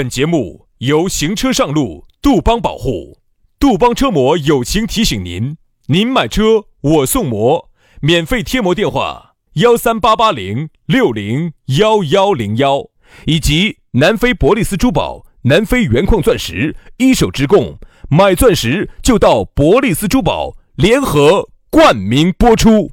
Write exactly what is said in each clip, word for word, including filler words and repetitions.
本节目由行车上路杜邦保护，杜邦车模友情提醒您：您买车我送模，免费贴膜电话幺三八八零六零幺幺零幺，以及南非伯利斯珠宝、南非原矿钻石一手直供，买钻石就到伯利斯珠宝，联合冠名播出。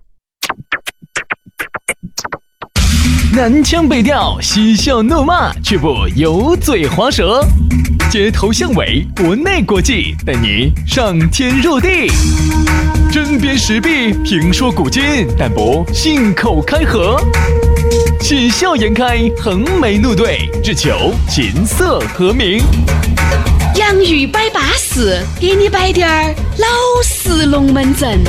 南腔北调，嬉笑怒骂，却不油嘴滑舌，街头巷尾，国内国际，带你上天入地，针砭时弊，评说古今，但不信口开河，喜笑颜开，横眉怒对，只求琴瑟和鸣。 洋芋摆巴士，给你摆点儿老式龙门阵。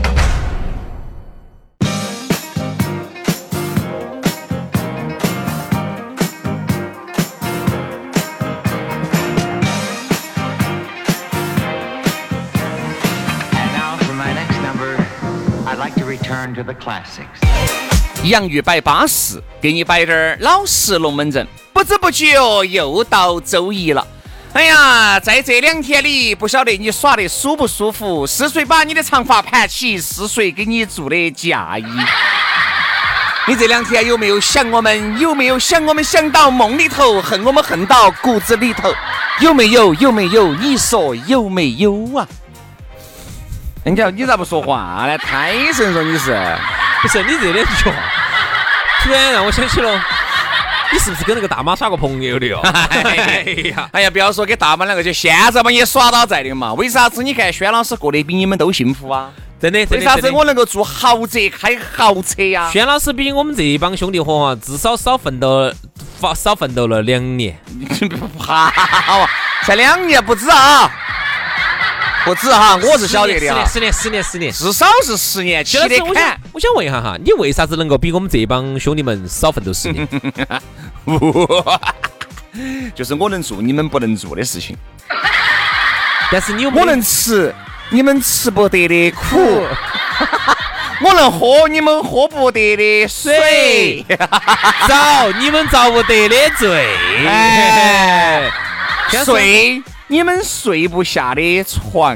To the classics. 洋芋摆巴士，给你摆点儿老实龙门阵。不知不觉又到周一了。哎呀，在这两天里，不晓得你耍得舒不舒服？是谁把你的长发盘起？是谁给你做的嫁衣？你这两天有没有想我们？有没有想我们想到梦里头，恨我们恨到骨子里头？有没有？有没有？你说有没有啊？你讲你咋不说话呢？太神说你是， 不是你这两句话，突然让我想起了，你是不是跟那个大妈耍过朋友的哟？ 哎呀，哎呀，不要说给大妈两个，就现在嘛也耍到在的嘛。为啥子你看轩老师过得比你们都幸福啊？ 真的， 为啥子我能够住豪宅开豪车呀、啊？ 轩老师比我们这一帮兄弟伙啊，至少少奋斗，少奋斗了两年。 好，才两年不止啊。不止哈，我是晓得的啊， 十年十年十年， 至少是十年起得看。 我想问一下哈，你为啥子能够比我们这帮兄弟们少奋斗十年？ 就是我能做你们不能做的事情。 但是你有我能吃你们吃不得的苦，我能喝你们喝不得的水， 遭你们遭不得的罪。 哎，睡你们睡不下的床。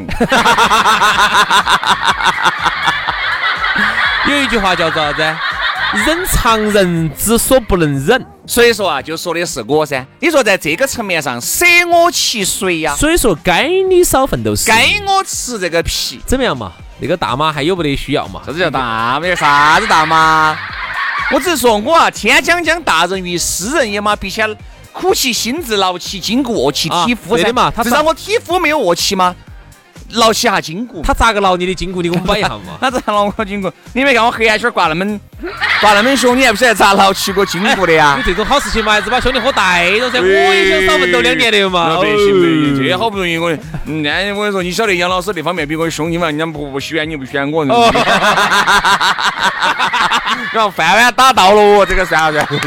有一句话叫做啥子？人常人之所不能忍。 所以说啊，就说的是我噻。你说在这个层面上，舍我其谁呀、啊？ 所以说该你少奋斗十年， 该我吃这个皮。 怎么样嘛？那个大妈还有没得需要嘛？ 啥子叫大妈？啥子大妈？我只是说我啊，天将降大任于斯人也嘛，必须苦其心志，劳其筋骨，饿其体肤噻、啊、嘛。至少我体肤没有饿其吗？劳起下筋骨。 他咋个劳你的筋骨？你给我们摆一下嘛。 他咋劳我筋骨？你没看我黑眼圈挂那么挂那么凶，你还不晓得咋劳起过筋骨的呀？ 有这种好事情嘛，还是把兄弟伙带着噻。我也想少奋斗两年的嘛。 不行不行，这好不容易我，嗯，我跟你说，你晓得杨老师那方面比我凶，你嘛，人家不不选你不选我。哦、然后饭碗打到了，这个算不算？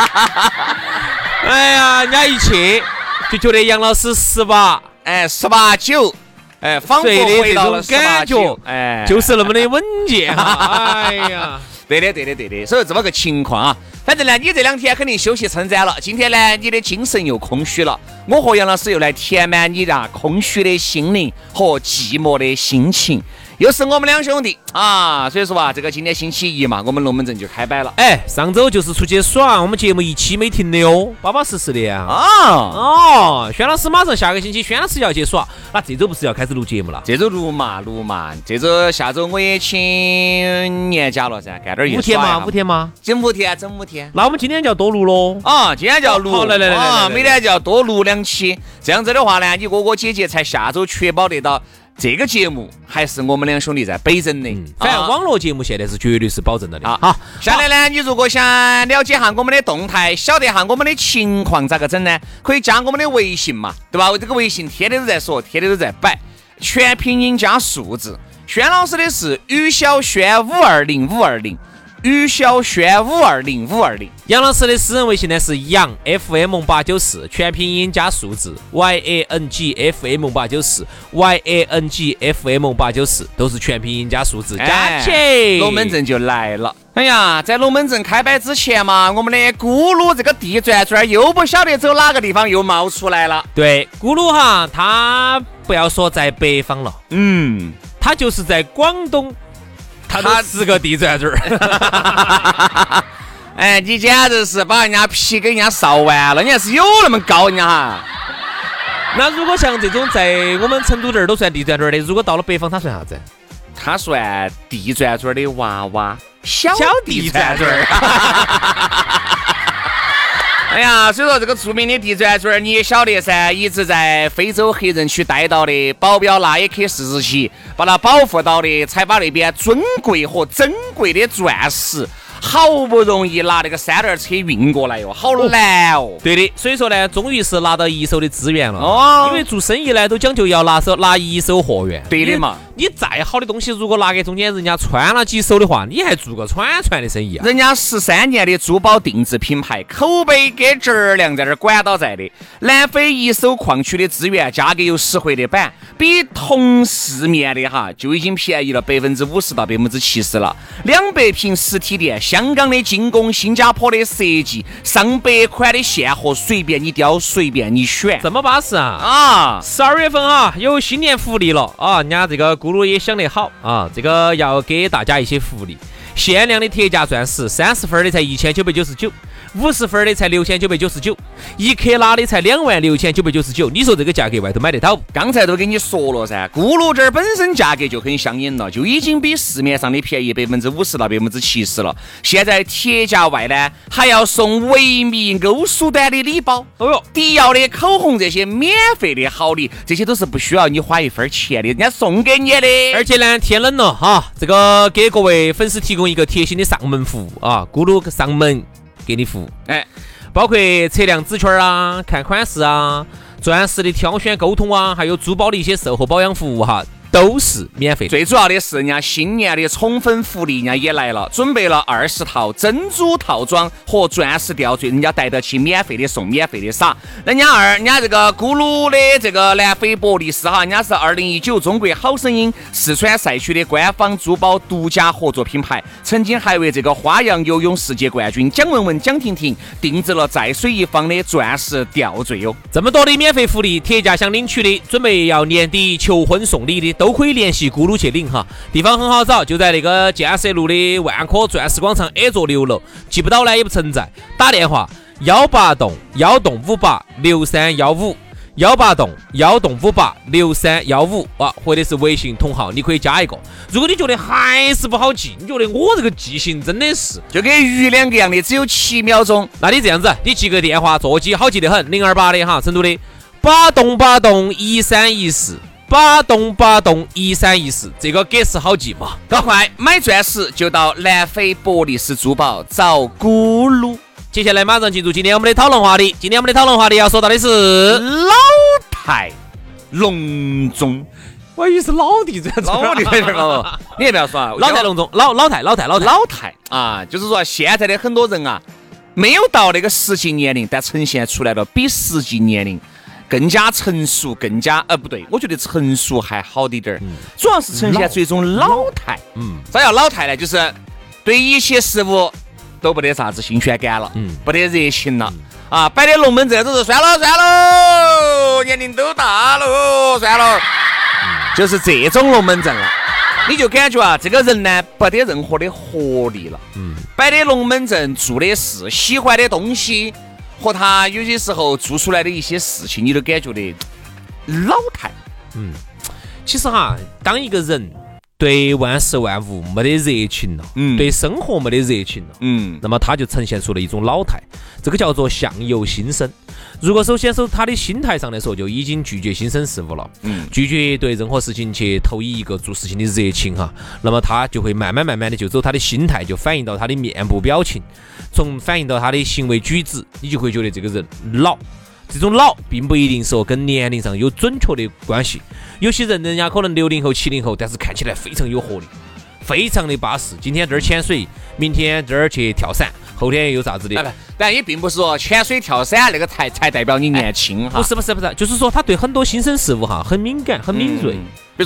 哎呀，人家一去就觉得杨老师十八， 哎，十八九，哎，仿佛回到了感觉，哎，就是那么的稳健哈。哎呀， 对的，对的，对的。所以这么个情况啊，反正呢，你这两天肯定休息称赞了，今天呢，你的精神又空虚了，我和杨老师又来填满你的空虚的心灵和寂寞的心情。又是我们两兄弟啊，所以说啊，这个今天星期一嘛，我们龙门阵就开摆了。 哎，上周就是出去耍，我们节目一期没停的哦，巴巴适适的呀。 啊哦，轩老师马上下个星期，轩老师要去耍，那这周不是要开始录节目了？ 这周录嘛录嘛，这周下周我也请年假了噻，干点夜耍。 五天吗？五天吗？ 整五天，整五天。 那我们今天就要多录喽。 啊，今天就要录。 好，来来来啊，每天就要多录两期。这样子的话呢，你哥哥姐姐才下周确保得到。这个节目还是我们两兄弟在北整的、嗯， 反正网络节目现在是绝对是保证了的。好，好下来呢，你如果想了解下我们的动态，晓得下我们的情况咋个整呢？可以加我们的微信嘛，对吧？这个微信天天都在说，天天都在摆，全拼音加数字。轩老师的是于小轩五二零五二零。于小轩五二零五二零， 杨老师的私人微信呢是杨 F M 八九四，全拼音加数字 Y A N G F M 八九四 Y A N G F M 八九四，都是全拼音加数字加起。 龙门阵就来了。 哎呀，在龙门阵开摆之前嘛，我们的咕噜这个地转转又不晓得走哪个地方又冒出来了。 对，咕噜哈，他不要说在北方了， 嗯， 他就是在广东，他都是个地转转。 哎，你简直是把人家皮给人家烧完了，人家是有那么高，人家哈。 那如果像这种在我们成都这儿都算地转转的，如果到了北方，他算啥子？ 他算地转转的娃娃，小地转转。哎呀，所以说这个著名的地转转你也晓得噻，一直在非洲黑人区待到的，保镖那一刻四十七把他保护到的，才把那边尊贵和珍贵的钻石好不容易拿那个三轮车运过来哟，好难哦。 对的，所以说呢，终于是拿到一手的资源了。 哦， 因为做生意呢，都讲究要拿手拿一手货源。 对的嘛。 你再好的东西，如果拿给中间人家穿了几手的话，你还做个串串的生意啊？ 人家十三年的珠宝定制品牌，口碑跟质量在这儿管到在的。南非一手矿区的资源，价格又实惠的板，比同市面的哈就已经便宜了百分之五十到百分之七十了。两百平实体店，香港的精工，新加坡的设计，上百款的现货，随便你挑，随便你选。 这么巴适啊！ 啊， 十二月份啊，有新年福利了啊！人家这个咕噜也想得好啊，这个要给大家一些福利，限量的铁价钻石，三十分的才一千九百九十九，五十分的才六千九百九十九，一克拉的才两万六千九百九十九。你说这个价格外头买得到？ 刚才都跟你说了噻，咕噜这儿本身价格就很相应了，就已经比市面上的便宜百分之五十到百分之七十了。现在铁价外呢，还要送维密欧舒丹的礼包，哦哟，迪奥的口红这些免费的好礼，这些都是不需要你花一分钱的，人家送给你的。 而且呢，天冷了哈，这个给各位粉丝提供一个贴心的上门服务啊，咕噜上门给你服务， 哎， 包括测量指圈啊、看款式啊、钻石的挑选沟通啊，还有珠宝的一些售后保养服务哈，都是免费的。 最主要的是，人家新年的宠粉福利人家也来了，准备了二十套珍珠套装和钻石吊坠，人家带得起免费的送，免费的撒。人家二，人家这个咕噜的这个南非博利斯哈，人家是二零一九中国好声音四川赛区的官方珠宝独家合作品牌，曾经还为这个花样游泳世界冠军蒋雯雯、蒋婷婷定制了在水一方的钻石吊坠哟。 这么多的免费福利，铁价想领取的，准备要年底求婚送礼的，都可以联系咕噜去领哈。地方很好找，就在那个建设路的万科钻石广场 A 座六楼，记不到呢也不存在，打电话幺八栋幺栋五八六三幺五幺八栋幺栋五八六三幺五啊，或者是微信同号，你可以加一个。如果你觉得还是不好记，你觉得我这个记性真的是就跟鱼两个样的，只有七秒钟， 那你这样子，你记个电话，座机好记得很，零二八的哈，成都的八栋八栋一三一四。八栋八栋一三一四，这个格式好记嘛？ 赶快买钻石就到南非博利斯珠宝找咕噜。 接下来马上进入今天我们的讨论话题。今天我们的讨论话题要说到的是老态龙钟。 我以为是老地这样老地这个，你也不要说啊， 老态龙钟，老老态老态老态老态啊，就是说现在的很多人啊，没有到那个实际年龄，但呈现出来了比实际年龄更加成熟，更加呃不对，我觉得成熟还好一点儿、嗯，主要是呈现出一种老态。嗯，啥叫老态呢？就是对一切事物都不得啥子新鲜感了，嗯，不得热情了、嗯、啊，摆的龙门阵都是算了算了，年龄都大了，算了，嗯、就是这种龙门阵了。你就感觉啊，这个人呢，不得任何的活力了。嗯，摆的龙门阵，做的事，喜欢的东西。和他有些时候做出来的一些事情，你都感觉的老态。 嗯，其实哈，当一个人对万事万物没得热情了，嗯，对生活没得热情了，嗯，那么他就呈现出了一种老态，这个叫做相由心生。如果首先从他的心态上来说，就已经拒绝新生事物了，嗯，拒绝对任何事情去投以一个做事情的热情哈，那么他就会慢慢慢慢的就走他的心态，就反映到他的面部表情，从反映到他的行为举止，你就会觉得这个人老。这种老并不一定说跟年龄上有准确的关系，有些人人家可能六零后、七零后，但是看起来非常有活力，非常的巴适。今天这儿潜水，明天这儿去跳伞，后天有啥子的。 但也并不是说潜水跳伞那个才才代表你年轻哈。 不是不是不是，就是说他对很多新生事物哈很敏感、很敏锐。 嗯、比如说，哎，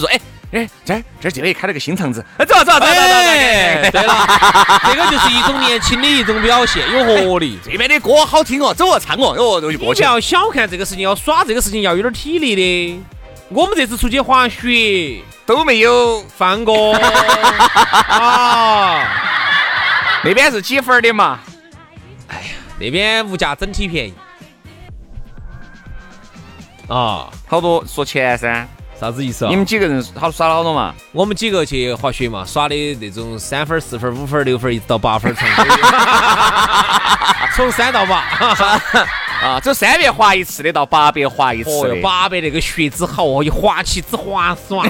哎，这儿这儿这里开了个新厂子，走走走走走走。 对了，这个就是一种年轻的一种表现，有活力。 这边的歌好听哦，走哦，唱哦，哦，就过去。 不要小看这个事情，要耍这个事情要有点体力的。我们这次出去滑雪都没有放过啊， 那边是几分的嘛？ 哎呀，那边物价整体便宜啊， 好多说钱噻。 啥子意思啊？ 你们几个人好耍了好多嘛？ 我们几个去滑雪嘛，耍的那种三分、四分、五分、六分，一直到八分，从从三到八啊，走三百滑一次的到八百滑一次的。 哦，八百那个雪之好哦，一滑起之划算。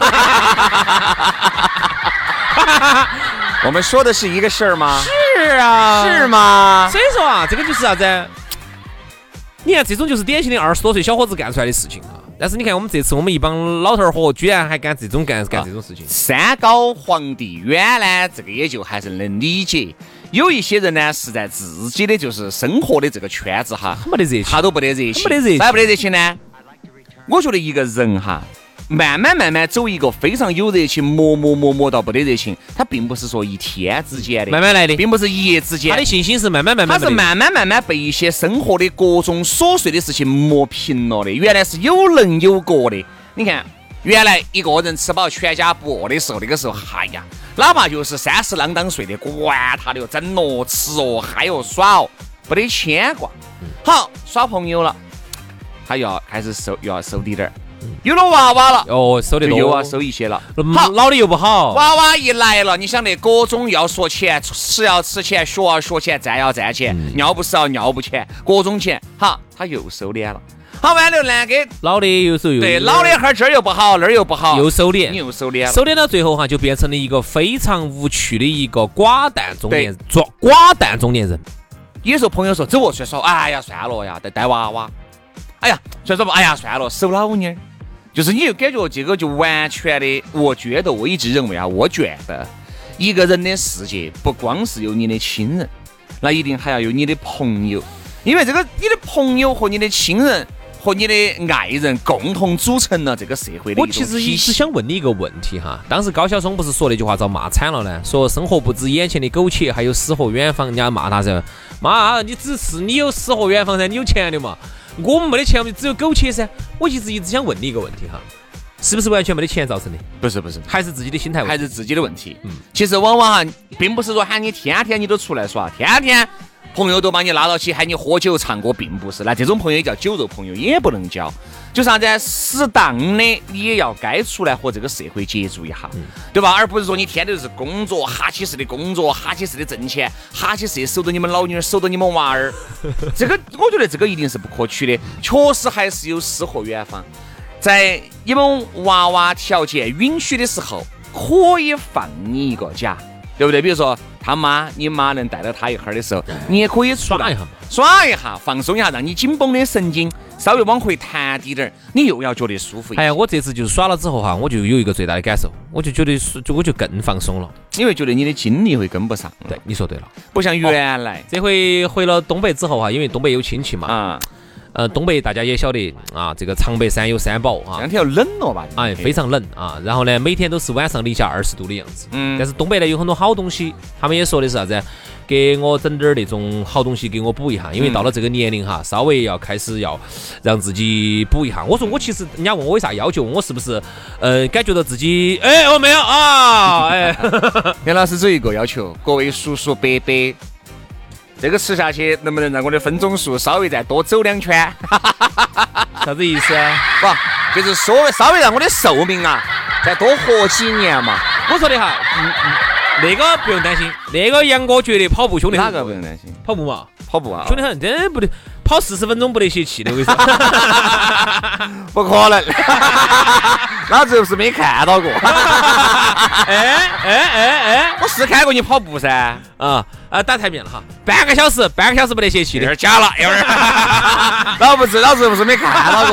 我们说的是一个事儿吗？ 是啊， 是吗？ 所以说啊，这个就是啥子？你看，这种就是典型的二十多岁小伙子干出来的事情啊。但是你看，我们这次我们一帮老头儿伙，居然还干这种干干这种事情。 山高皇帝远呢，这个也就还是能理解。有一些人呢，是在自己的就是生活的这个圈子哈， 没得热情， 他都不得热情， 没得热情， 咋不得热情呢？我觉得一个人哈，慢慢慢慢走一个非常有热情，磨磨磨磨到不得热情，他并不是说一天之间的， 慢慢来的， 并不是一夜之间。 他的信心是慢慢慢慢， 他是慢慢慢慢被一些生活的各种琐碎的事情磨平了的。原来是有能有过的。你看，原来一个人吃饱全家不饿的时候，那个时候，哎呀，哪怕就是三十啷当岁的，管他的哟，整咯，吃哦，嗨哦，耍哦，不得牵挂。好，耍朋友了，他又要开始收，又要收滴点儿。有了娃娃了， 哦，收得多， 又要收一些了。 好，老的又不好。 娃娃一来了，你想那各种要说钱，吃要吃钱，学要学钱，站要站钱，嗯、尿不是要尿不钱，各种钱。好，他又收敛了。好完了呢，给老的有时候又对老的哈这儿又不好，那儿又不好， 又收敛， 你又收敛了， 收敛到最后哈，就变成了一个非常无趣的一个寡淡中年中寡淡中年人。 有时候朋友说走我去说，哎呀算了呀，带带娃娃，哎呀所以说吧，哎呀算了，收老妞儿。就是你就感觉这个就完全的，我觉得我一直认为啊，我觉得一个人的世界不光是有你的亲人，那一定还要有你的朋友，因为这个你的朋友和你的亲人和你的爱人共同组成了这个社会的一种体系。 我其实一直想问你一个问题哈，当时高晓松不是说那句话遭骂惨了呢？说生活不止眼前的苟且，还有诗和远方。人家骂他噻，妈，你只是你有诗和远方噻，你有钱的嘛？我们没得钱，只有苟且噻。我一直一直想问你一个问题哈，是不是完全没得钱造成的？ 不是不是， 还是自己的心态问题， 还是自己的问题。嗯，其实往往哈，并不是说喊你天天你都出来耍，天天朋友都把你拉到起喊你喝酒唱歌，并不是。那这种朋友也叫酒肉朋友，也不能交。就啥子适当的你也要该出来和这个社会接触一下，嗯、对吧？而不是说你天天就是工作哈起式的工作，哈起式的挣钱，哈起式守着你们老女儿，守着你们娃儿。这个我觉得这个一定是不可取的，确实还是有诗和远方。在你们娃娃条件允许的时候，可以放你一个假，对不对？比如说他妈你妈能带到他一会儿的时候，你也可以耍一下嘛， 耍一下放松一下，让你紧绷的神经稍微往回弹滴点儿，你又要觉得舒服一些。 哎呀，我这次就是耍了之后哈，我就有一个最大的感受，我就觉得就我就更放松了， 因为觉得你的精力会跟不上。 对，你说对了， 不像原来。 哦、这回回了东北之后哈，因为东北有亲戚嘛，啊。呃，东北大家也晓得啊，这个长白山有三宝啊， 这两天要冷了吧？ 哎，非常冷啊。然后呢，每天都是晚上零下二十度的样子。嗯。但是东北呢有很多好东西，他们也说的是啥子？给我整点那种好东西给我补一下，因为到了这个年龄哈，稍微要开始要让自己补一下。我说我其实人家问我为啥要求，我是不是呃感觉到自己哎我没有啊哎。 袁老师只有一个要求，各位叔叔伯伯。这个吃下去能不能让我的分钟数稍微再多走两圈？ 啥子意思啊？ 不，就是说稍微让我的寿命啊再多活几年嘛。 我说的哈，嗯嗯，那个不用担心，那个杨哥绝对跑步兄弟。 哪个不用担心？ 跑步嘛， 跑步啊， 兄弟很真不得跑四十分钟不得泄气的，我跟你说。 不可能，老子又是没看到过。 哎哎哎哎， 我是看过你跑步噻。 啊啊，打台面了哈，半个小时，半个小时不得泄气的， 有点假了，有点。老不是，老子不是没看到过。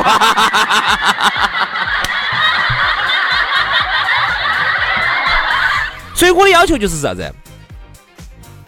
所以我的要求就是啥子？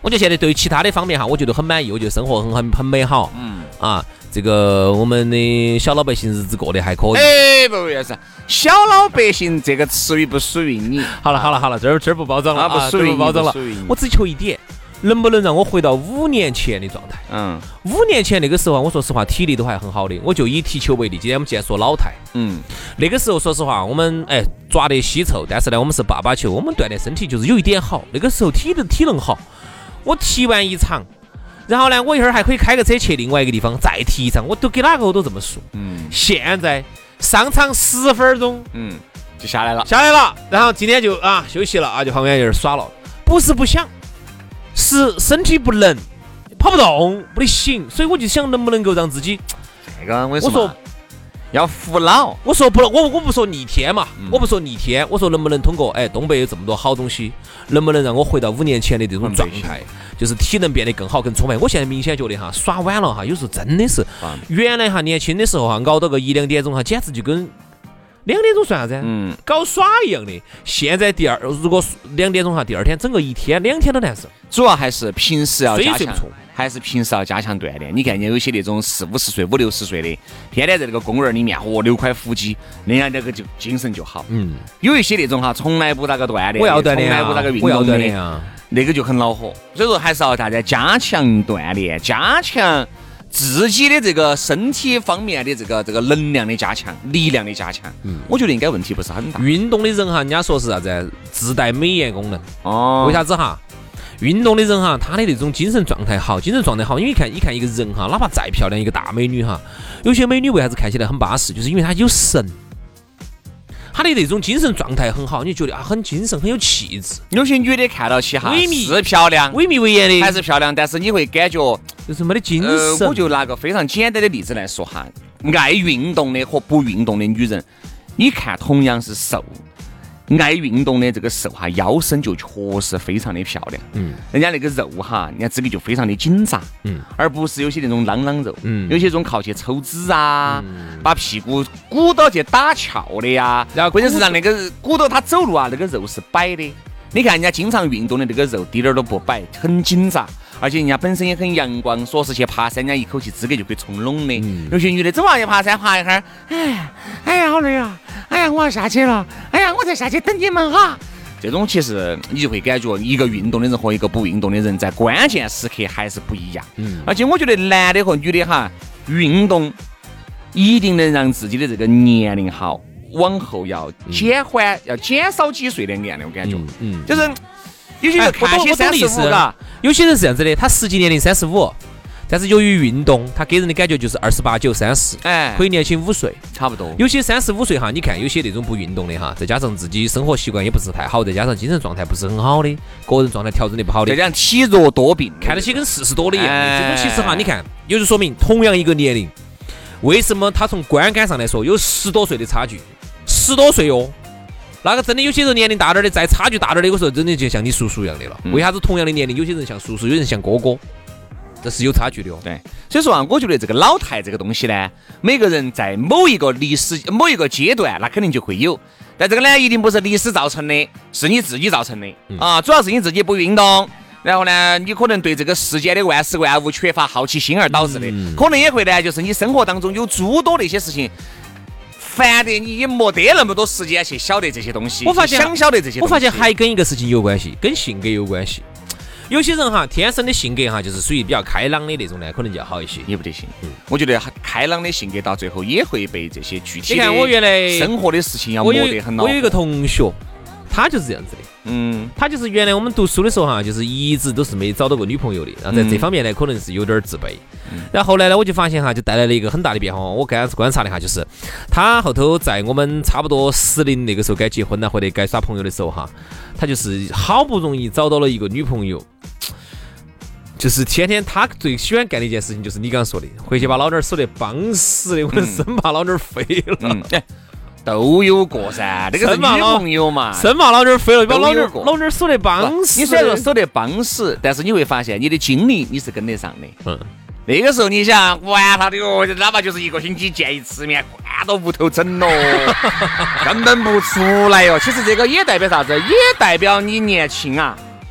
我觉得现在对于其他的方面哈，我觉得很满意，我觉得生活很很很美好。嗯啊，这个我们的小老百姓日子过得还可以。 哎，不也是小老百姓这个词语不属于你。 好了好了好了，这儿这儿不包装了， 啊、不属于不包装了。我只求一点，能不能让我回到五年前的状态？嗯，五年前那个时候，我说实话体力都还很好的。我就以踢球为例，今天我们既然说老态，嗯，那个时候说实话，我们哎抓得稀臭，但是呢，我们是爸爸球，我们锻炼身体就是有一点好。那个时候体的体能好，我踢完一场。然后呢，我一会儿还可以开个车去另外一个地方再踢一场，我都给哪个我都这么说。嗯，现在上场十分钟， 嗯，就下来了， 下来了。然后今天就啊休息了啊，就旁边有点耍了。不是不想，是身体不能，跑不动，不得行。所以我就想，能不能够让自己这个我说要服老。 我说不，我我不说逆天嘛，嗯、我不说逆天，我说能不能通过哎东北有这么多好东西，能不能让我回到五年前的这种状态？就是体能变得更好更充沛。我现在明显觉得哈，耍晚了哈，有时候真的是，啊、原来哈年轻的时候哈，熬到个一两点钟哈，简直就跟两点钟算啥子？嗯，搞耍一样的。现在第二，如果两点钟哈，第二天整个一天两天都难受。 主要还是平时要加强，还是平时要加强锻炼。你看，有些那种四五十岁、五六十岁的，天天在那个公园里面，哦，六块腹肌，那样那个就精神就好。嗯，有一些那种哈，从来不那个锻炼， 我要锻炼、啊， 从来不那个运动的啊。那个就很恼火，所以说还是要大家加强锻炼，加强自己的这个身体方面的这个这个能量的加强，力量的加强。嗯，我觉得应该问题不是很大。 运动的人哈，人家说是啥子？自带美颜功能。哦，为啥子哈？运动的人哈，他的那种精神状态好，精神状态好，因为看一看一个人哈，哪怕再漂亮一个大美女哈，有些美女为啥子看起来很巴适，就是因为她有神。他的那种精神状态很好，你觉得啊很精神，很有气质。 有些女的看到起哈萎靡是漂亮， 萎靡为颜的还是漂亮，但是你会感觉就是没得精神、 呃。我就拿个非常简单的例子来说哈，爱运动的和不运动的女人，你看同样是瘦，爱运动的这个瘦哈，腰身就确实非常的漂亮。嗯，人家那个肉哈，人家这个就非常的紧扎。嗯，而不是有些那种啷啷肉。嗯，有些种靠去抽脂啊，嗯、把屁股鼓到去打翘的呀。然后关键是让那个鼓到他走路啊，那个肉是摆的。你看人家经常运动的那个肉，滴点儿都不摆，很紧扎。而且人家本身也很阳光，说是去爬山，人家一口气资格就可以冲拢的。嗯、有些女的走啊去爬山，爬一会儿，哎呀，哎呀好累啊，哎呀我要下去了，哎呀我再下去等你们哈。这种其实你就会感觉一个运动的人和一个不运动的人在关键时刻还是不一样。嗯，而且我觉得男的和女的哈，运动一定能让自己的这个年龄好往后要减缓，嗯、要减少几岁的年龄，我感觉，嗯，嗯就是有些人看起三十五了， 有些人是这样子的，他实际年龄三十五。但是由于运动，他给人的感觉就是二十八九、三十，哎，可以年轻五岁， 差不多。 有些三十五岁哈，你看有些那种不运动的哈，再加上自己生活习惯也不是太好，再加上精神状态不是很好的，个人状态调整的不好的， 再加上体弱多病， 看得起跟四十多的一样的。哎、这种其实哈，你看，也就说明同样一个年龄，为什么他从观感上来说有十多岁的差距？十多岁哦，那个真的有些人年龄大点的，再差距大点的，有时候真的就像你叔叔一样的了。嗯、为啥子同样的年龄，有些人像叔叔，有人像哥哥？这是有差距的哦。 对，所以说啊，我觉得这个老态这个东西呢，每个人在某一个历史、某一个阶段，那肯定就会有。但这个呢，一定不是历史造成的，是你自己造成的、嗯、啊。主要是你自己不运动，然后呢，你可能对这个世界的万事万物缺乏好奇心而导致的。嗯、可能也会呢，就是你生活当中有诸多的一些事情，烦得你也没得那么多时间去晓得这些东西。 我发现想晓得这些东西， 我发现还跟一个事情有关系，跟性格有关系。有些人哈，天生的性格哈，就是属于比较开朗的那种呢，可能就要好一些。 也不得行，嗯，我觉得开朗的性格到最后也会被这些具体的你看我原来生活的事情要磨得很恼火。 我有一个同学，他就是这样子的，嗯，他就是原来我们读书的时候哈，就是一直都是没找到过女朋友的，然后在这方面呢，可能是有点自卑。嗯、然后后来呢，我就发现哈，就带来了一个很大的变化。我刚观察了一下，就是他后头在我们差不多适龄那个时候该结婚了或者该耍朋友的时候哈，他就是好不容易找到了一个女朋友。就是天天他最喜欢干的一件事情，就是你刚刚说的，回去把老娘守得绑死的，我生怕老娘飞了。嗯嗯都有过噻，那个是女朋友嘛， 生怕老娘飞了，把老娘老娘守得绑死。 你虽然说守得绑死，但是你会发现你的精力你是跟得上的。嗯，那个时候你想玩他的哟，哪怕就是一个星期见一次面，关到屋头整咯，根本不出来哟。其实这个也代表啥子？也代表你年轻啊。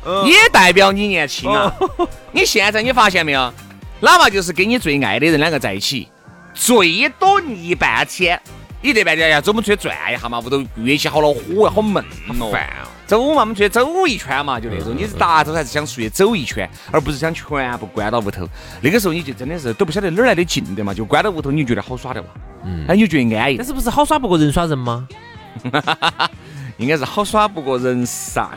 也代表你年轻啊。你现在你发现没有？哪怕就是跟你最爱的人两个在一起，最多腻半天，你得半天呀，走我们出去转一下嘛，屋头乐器好恼火，好闷哦。走嘛，我们出去走一圈嘛，就那种。你是大头还是想出去走一圈，而不是想全部关到屋头。那个时候你就真的是都不晓得哪儿来的劲的嘛，就关到屋头，你就觉得好耍的嘛。嗯，哎，你就觉得安逸。 但是不是好耍不过人耍人吗？ 应该是好耍不过人上。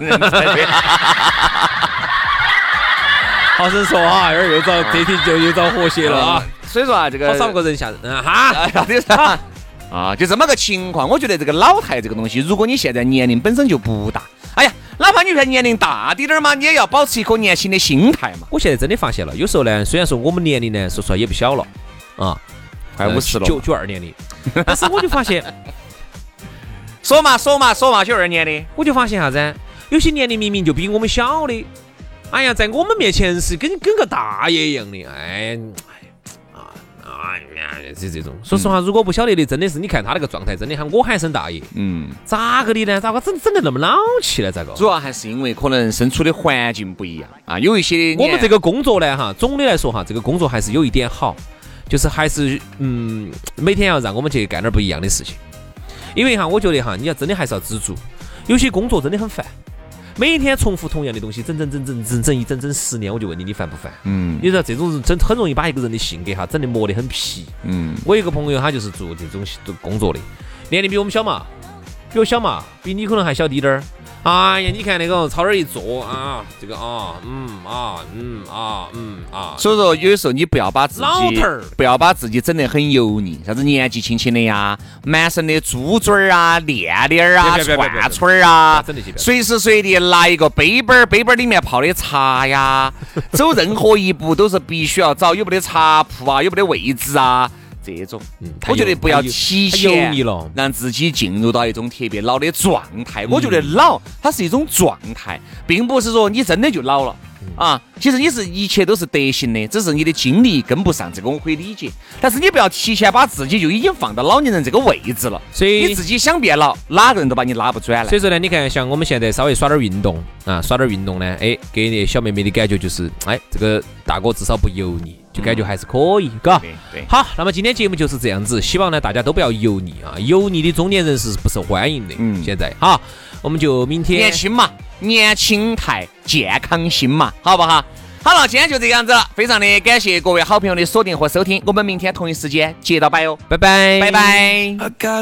好生说啊，这又遭这题就又遭和谐了啊。 所以说啊，这个好耍不过人下人哈。 啊，就这么个情况。我觉得这个老态这个东西，如果你现在年龄本身就不大，哎呀，哪怕你看年龄大滴点儿嘛，你也要保持一颗年轻的心态嘛。 我现在真的发现了，有时候呢，虽然说我们年龄呢，说实话也不小了啊， 快五十了， 九九二年的，但是我就发现， 说嘛说嘛说嘛，九二年的， 我就发现啥子？有些年龄明明就比我们小的，哎呀，在我们面前是跟跟个大爷一样的，哎。啊呀，是这种。说实话，如果不晓得的，真的是你看他那个状态，真的喊我喊声大爷，嗯，咋个的呢？咋个整整得那么老气呢？咋个？ 主要还是因为可能身处的环境不一样啊。有一些我们这个工作呢，哈，总的来说哈，这个工作还是有一点好，就是还是嗯，每天要让我们去干点不一样的事情。因为哈，我觉得哈，你要真的还是要知足，有些工作真的很烦。每天重复同样的东西，整整整整整整一整整十年，我就问你，你烦不烦？嗯，你知道这种人真很容易把一个人的性格哈整得磨得很皮。嗯，我有一个朋友，他就是做这种工作的，年龄比我们小嘛，比我小嘛，比你可能还小滴点儿。哎呀，你看那个朝那儿一坐啊，这个啊，嗯啊，嗯啊，嗯啊。 所以说，有的时候你不要把自己不要把自己整得很油腻，啥子年纪轻轻的呀，满身的猪嘴儿啊、链链儿啊、串串儿啊，随时随地拿一个杯杯儿，杯杯儿里面泡的茶呀，走任何一步都是必须要找有没得茶铺啊，有没得位置啊。这种，嗯，我觉得不要提前让自己进入到一种特别老的状态。我觉得老它是一种状态，并不是说你真的就老了啊。其实你是一切都是德行的，只是你的精力跟不上，这个我可以理解。但是你不要提前把自己就已经放到老年人这个位置了，所以你自己想变老，哪个人都把你拉不转来。 所以说呢，你看像我们现在稍微耍点运动啊，耍点运动呢，哎，给那小妹妹的感觉就是，哎，这个大哥至少不油腻。就感觉还是可以，嘎、嗯。对，好，那么今天节目就是这样子，希望呢大家都不要油腻啊，油腻的中年人是不受欢迎的。嗯，现在好，我们就明天年轻嘛，年轻态，健康心嘛，好不好？好了，今天就这样子了，非常的感谢各位好朋友的锁定和收听，我们明天同一时间接到拜哦， 拜拜， 拜拜。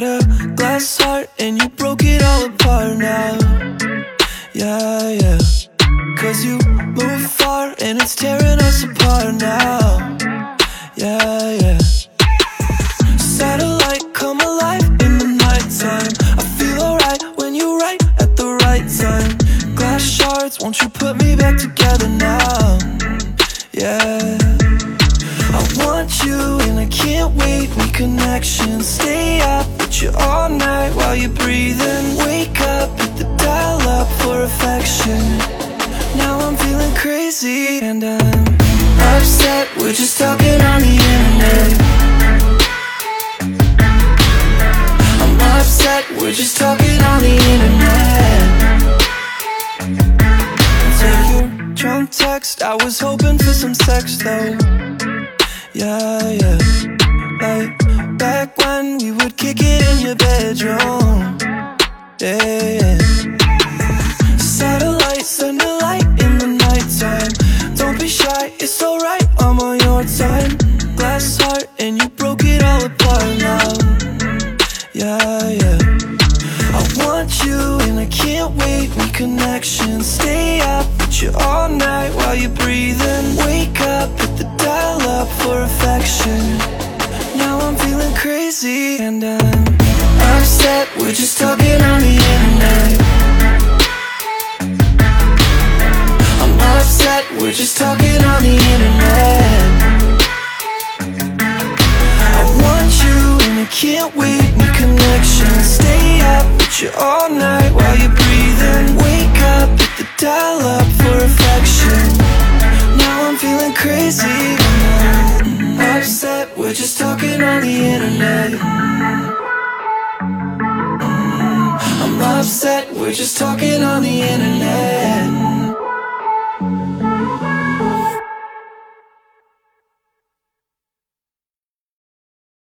Cause you move far and it's tearing us apart now. Yeah, yeah. Satellite come alive in the nighttime. I feel alright when you're right at the right time. Glass shards, won't you put me back together now? Yeah. I want you and I can't wait. Make connection, stay up with you all night while you're breathing. Wake up, hit the dial up for affection. Now I'm feeling crazy and I'm upset. We're just talking on the internet. I'm upset. We're just talking on the internet. Take your drunk text. I was hoping for some sex though. Yeah, yeah. Like back when we would kick it in your bedroom. Yeah, yeah. Satellite, send a light in the nighttime. Don't be shy, it's alright, I'm on your time. Glass heart and you broke it all apart now. Yeah, yeah. I want you and I can't wait. Make connection, stay up with you all night while you're breathing. Wake up, hit the dial up for affection. Now I'm feeling crazy and I'm upset. We're just talking on the internet. Upset, we're just talking on the internet. I want you and I can't wait. Make connection, stay up with you all night while you're breathing. Wake up, hit the dial up for affection. Now I'm feeling crazy. Upset, we're just talking on the internet. I'm upset, we're just talking on the internet.